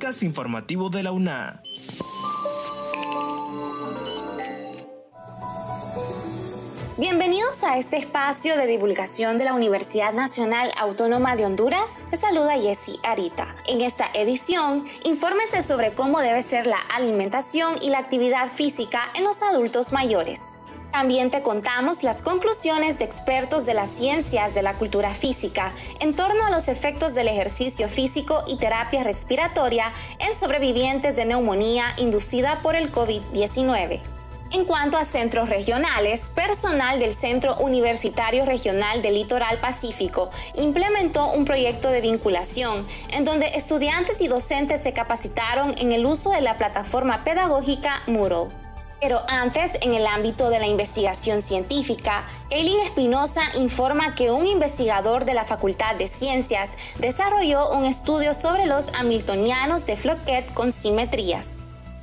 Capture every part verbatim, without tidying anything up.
podcast informativo de la U N A. Bienvenidos a este espacio de divulgación de la Universidad Nacional Autónoma de Honduras. Les saluda Jessie Arita. En esta edición, infórmense sobre cómo debe ser la alimentación y la actividad física en los adultos mayores. También te contamos las conclusiones de expertos de las ciencias de la cultura física en torno a los efectos del ejercicio físico y terapia respiratoria en sobrevivientes de neumonía inducida por el COVID diecinueve. En cuanto a centros regionales, personal del Centro Universitario Regional del Litoral Pacífico implementó un proyecto de vinculación en donde estudiantes y docentes se capacitaron en el uso de la plataforma pedagógica Moodle. Pero antes, en el ámbito de la investigación científica, Kaylin Espinosa informa que un investigador de la Facultad de Ciencias desarrolló un estudio sobre los hamiltonianos de Floquet con simetrías.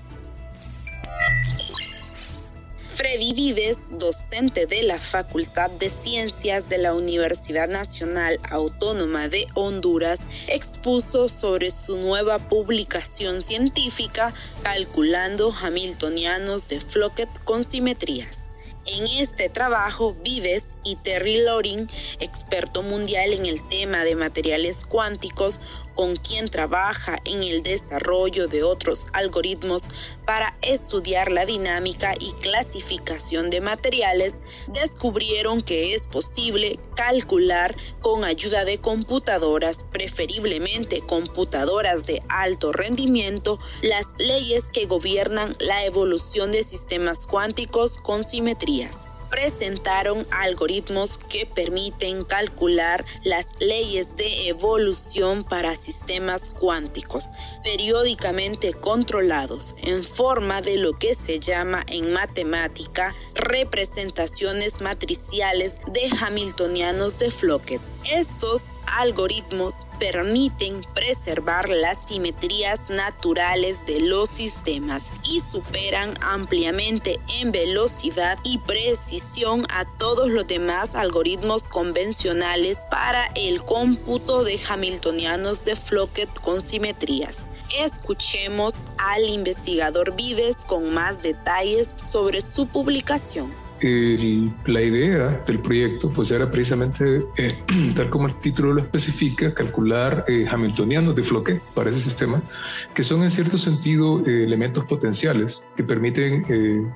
Freddy Vives, docente de la Facultad de Ciencias de la Universidad Nacional Autónoma de Honduras, expuso sobre su nueva publicación científica Calculando Hamiltonianos de Floquet con simetrías. En este trabajo, Vives y Terry Loring, experto mundial en el tema de materiales cuánticos, con quien trabaja en el desarrollo de otros algoritmos para estudiar la dinámica y clasificación de materiales, descubrieron que es posible calcular con ayuda de computadoras, preferiblemente computadoras de alto rendimiento, las leyes que gobiernan la evolución de sistemas cuánticos con simetrías. Presentaron algoritmos que permiten calcular las leyes de evolución para sistemas cuánticos periódicamente controlados en forma de lo que se llama en matemática representaciones matriciales de hamiltonianos de Floquet. Estos algoritmos permiten preservar las simetrías naturales de los sistemas y superan ampliamente en velocidad y precisión a todos los demás algoritmos convencionales para el cómputo de hamiltonianos de Floquet con simetrías. Escuchemos al investigador Vives con más detalles sobre su publicación. El, la idea del proyecto pues era precisamente, eh, tal como el título lo especifica, calcular eh, hamiltonianos de Floquet para ese sistema, que son en cierto sentido eh, elementos potenciales que permiten eh,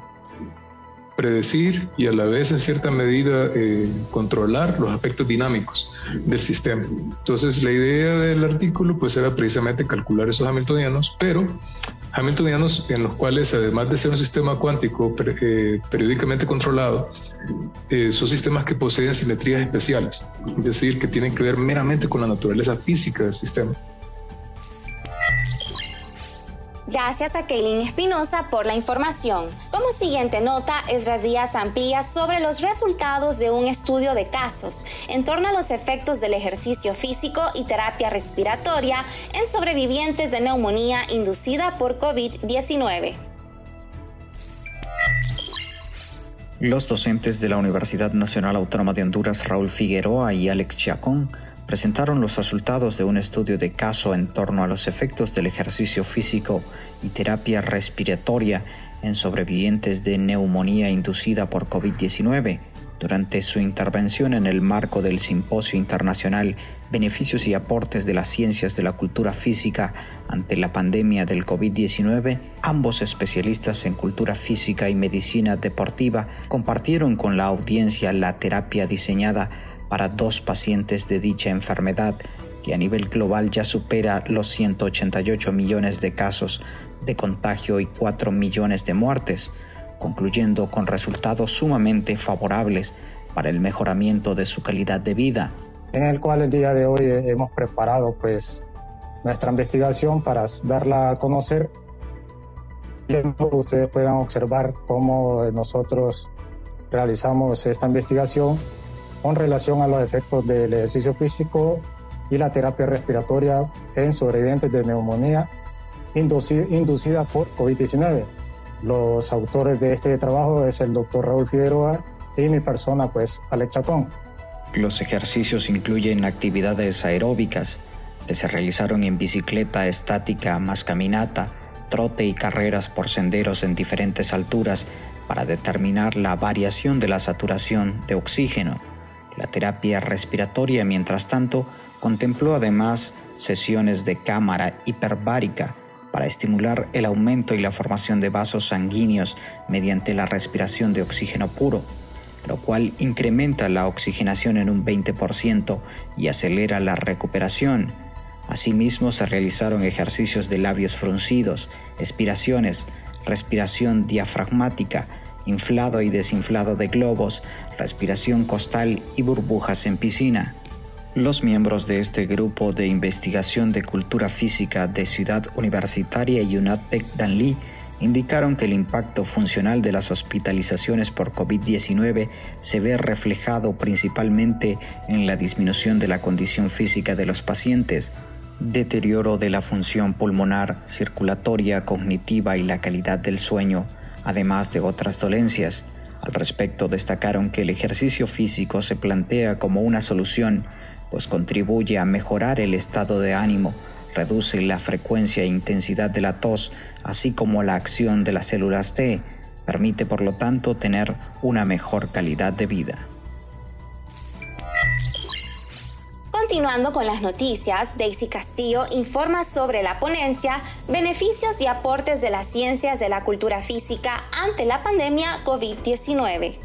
predecir y a la vez en cierta medida eh, controlar los aspectos dinámicos del sistema. Entonces la idea del artículo pues era precisamente calcular esos hamiltonianos, pero hamiltonianos en los cuales, además de ser un sistema cuántico per, eh, periódicamente controlado, eh, son sistemas que poseen simetrías especiales, es decir, que tienen que ver meramente con la naturaleza física del sistema. Gracias a Kaylin Espinosa por la información. Como siguiente nota, Esdras Díaz amplía sobre los resultados de un estudio de casos en torno a los efectos del ejercicio físico y terapia respiratoria en sobrevivientes de neumonía inducida por COVID diecinueve. Los docentes de la Universidad Nacional Autónoma de Honduras, Raúl Figueroa y Alex Chacón, presentaron los resultados de un estudio de caso en torno a los efectos del ejercicio físico y terapia respiratoria en sobrevivientes de neumonía inducida por COVID diecinueve, durante su intervención en el marco del Simposio Internacional Beneficios y Aportes de las Ciencias de la Cultura Física ante la pandemia del COVID diecinueve, ambos especialistas en cultura física y medicina deportiva compartieron con la audiencia la terapia diseñada para dos pacientes de dicha enfermedad, que a nivel global ya supera los ciento ochenta y ocho millones de casos de contagio y cuatro millones de muertes, concluyendo con resultados sumamente favorables para el mejoramiento de su calidad de vida. En el cual el día de hoy hemos preparado pues nuestra investigación para darla a conocer. Y ustedes puedan observar cómo nosotros realizamos esta investigación con relación a los efectos del ejercicio físico y la terapia respiratoria en sobrevivientes de neumonía inducida, inducida por COVID diecinueve. Los autores de este trabajo es el doctor Raúl Figueroa y mi persona, pues, Alex Chacón. Los ejercicios incluyen actividades aeróbicas, que se realizaron en bicicleta estática más caminata, trote y carreras por senderos en diferentes alturas para determinar la variación de la saturación de oxígeno. La terapia respiratoria, mientras tanto, contempló además sesiones de cámara hiperbárica para estimular el aumento y la formación de vasos sanguíneos mediante la respiración de oxígeno puro, lo cual incrementa la oxigenación en un veinte por ciento y acelera la recuperación. Asimismo, se realizaron ejercicios de labios fruncidos, expiraciones, respiración diafragmática, inflado y desinflado de globos, respiración costal y burbujas en piscina. Los miembros de este grupo de investigación de cultura física de Ciudad Universitaria y UNATEC Danlí indicaron que el impacto funcional de las hospitalizaciones por COVID diecinueve se ve reflejado principalmente en la disminución de la condición física de los pacientes, deterioro de la función pulmonar, circulatoria, cognitiva y la calidad del sueño, además de otras dolencias. Al respecto, destacaron que el ejercicio físico se plantea como una solución, pues contribuye a mejorar el estado de ánimo, reduce la frecuencia e intensidad de la tos, así como la acción de las células T, permite por lo tanto tener una mejor calidad de vida. Continuando con las noticias, Daisy Castillo informa sobre la ponencia Beneficios y aportes de las ciencias de la cultura física ante la pandemia COVID diecinueve.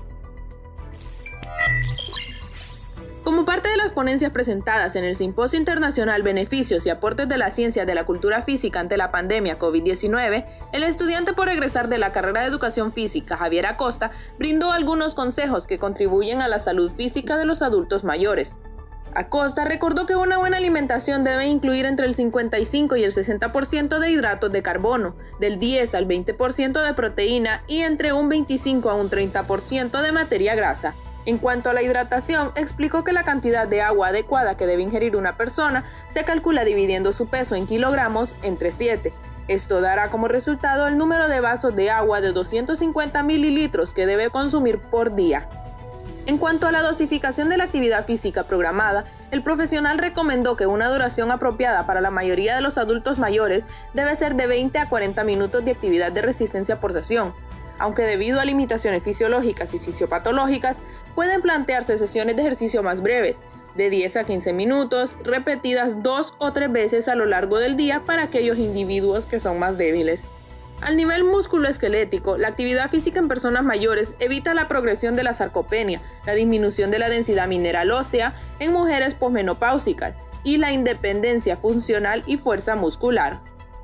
Como parte de las ponencias presentadas en el Simposio Internacional Beneficios y aportes de la ciencia de la cultura física ante la pandemia COVID diecinueve, el estudiante por egresar de la carrera de Educación Física, Javier Acosta, brindó algunos consejos que contribuyen a la salud física de los adultos mayores. Acosta recordó que una buena alimentación debe incluir entre el cincuenta y cinco y el sesenta por ciento de hidratos de carbono, del diez al veinte por ciento de proteína y entre un veinticinco a un treinta por ciento de materia grasa. En cuanto a la hidratación, explicó que la cantidad de agua adecuada que debe ingerir una persona se calcula dividiendo su peso en kilogramos entre siete. Esto dará como resultado el número de vasos de agua de doscientos cincuenta mililitros que debe consumir por día. En cuanto a la dosificación de la actividad física programada, el profesional recomendó que una duración apropiada para la mayoría de los adultos mayores debe ser de veinte a cuarenta minutos de actividad de resistencia por sesión. Aunque debido a limitaciones fisiológicas y fisiopatológicas, pueden plantearse sesiones de ejercicio más breves, de diez a quince minutos, repetidas dos o tres veces a lo largo del día para aquellos individuos que son más débiles. Al nivel musculoesquelético, la actividad física en personas mayores evita la progresión de la sarcopenia, la disminución de la densidad mineral ósea en mujeres posmenopáusicas y la independencia funcional y fuerza muscular.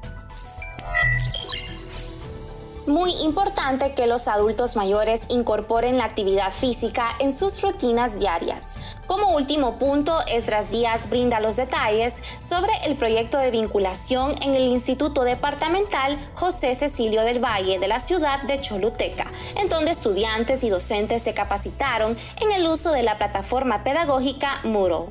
Muy importante que los adultos mayores incorporen la actividad física en sus rutinas diarias. Como último punto, Esdras Díaz brinda los detalles sobre el proyecto de vinculación en el Instituto Departamental José Cecilio del Valle de la ciudad de Choluteca, en donde estudiantes y docentes se capacitaron en el uso de la plataforma pedagógica Moodle.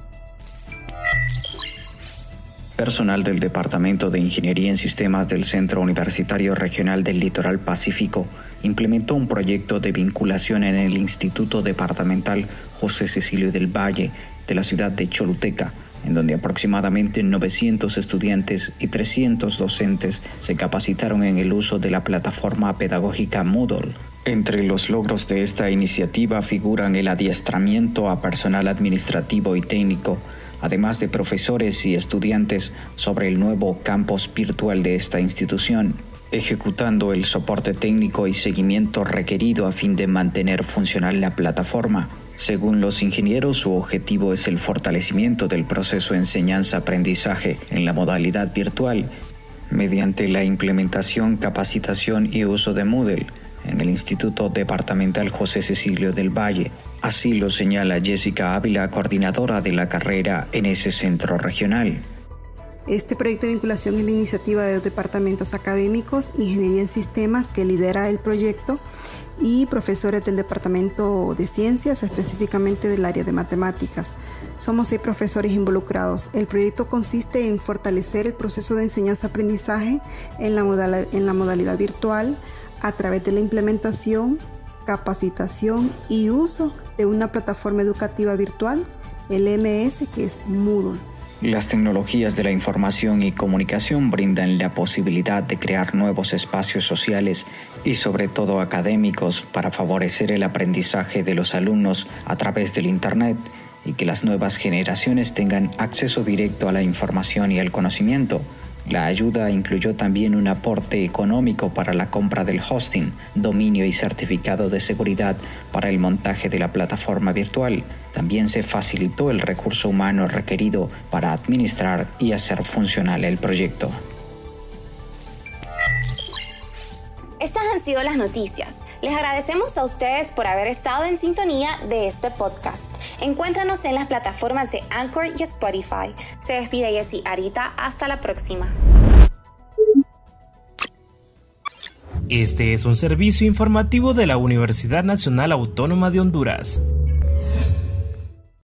Personal del Departamento de Ingeniería en Sistemas del Centro Universitario Regional del Litoral Pacífico implementó un proyecto de vinculación en el Instituto Departamental José Cecilio del Valle de la ciudad de Choluteca, en donde aproximadamente novecientos estudiantes y trescientos docentes se capacitaron en el uso de la plataforma pedagógica Moodle. Entre los logros de esta iniciativa figuran el adiestramiento a personal administrativo y técnico, además de profesores y estudiantes sobre el nuevo campus virtual de esta institución, ejecutando el soporte técnico y seguimiento requerido a fin de mantener funcional la plataforma. Según los ingenieros, su objetivo es el fortalecimiento del proceso de enseñanza-aprendizaje en la modalidad virtual, mediante la implementación, capacitación y uso de Moodle en el Instituto Departamental José Cecilio del Valle. Así lo señala Jessica Ávila, coordinadora de la carrera en ese centro regional. Este proyecto de vinculación es la iniciativa de los departamentos académicos, Ingeniería en Sistemas, que lidera el proyecto, y profesores del Departamento de Ciencias, específicamente del área de Matemáticas. Somos seis profesores involucrados. El proyecto consiste en fortalecer el proceso de enseñanza-aprendizaje en la modalidad, en la modalidad virtual a través de la implementación, capacitación y uso de una plataforma educativa virtual, el M S, que es Moodle. Las tecnologías de la información y comunicación brindan la posibilidad de crear nuevos espacios sociales y sobre todo académicos para favorecer el aprendizaje de los alumnos a través del Internet y que las nuevas generaciones tengan acceso directo a la información y al conocimiento. La ayuda incluyó también un aporte económico para la compra del hosting, dominio y certificado de seguridad para el montaje de la plataforma virtual. También se facilitó el recurso humano requerido para administrar y hacer funcional el proyecto. Estas han sido las noticias. Les agradecemos a ustedes por haber estado en sintonía de este podcast. Encuéntranos en las plataformas de Anchor y Spotify. Se despide Jessie Arita. Hasta la próxima. Este es un servicio informativo de la Universidad Nacional Autónoma de Honduras.